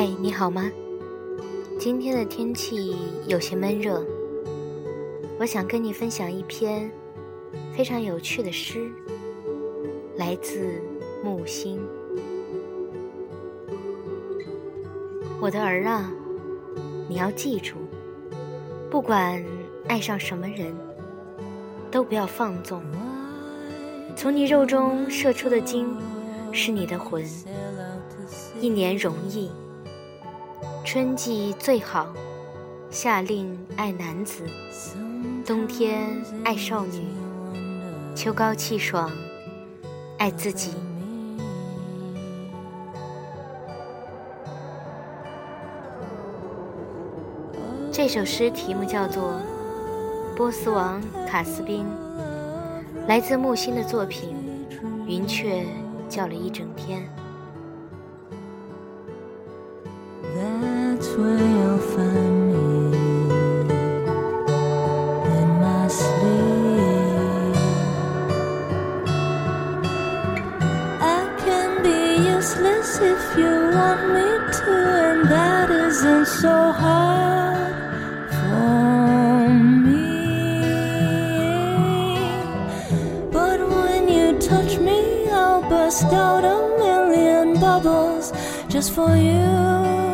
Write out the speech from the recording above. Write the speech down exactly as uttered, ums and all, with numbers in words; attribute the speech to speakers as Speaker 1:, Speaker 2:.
Speaker 1: 嗨，你好吗？今天的天气有些闷热，我想跟你分享一篇非常有趣的诗，来自木心。我的儿啊，你要记住，不管爱上什么人，都不要放纵。从你肉中射出的精是你的魂。一年容易，春季最好，夏令爱男子，冬天爱少女，秋高气爽爱自己。这首诗题目叫做《波斯王卡斯宾》，来自木心的作品《云雀叫了一整天》。
Speaker 2: That's where you'll find me, in my sleep. I can be useless if you want me to, and that isn't so hard for me. But when you touch me, I'll burst out a million bubbles just for you.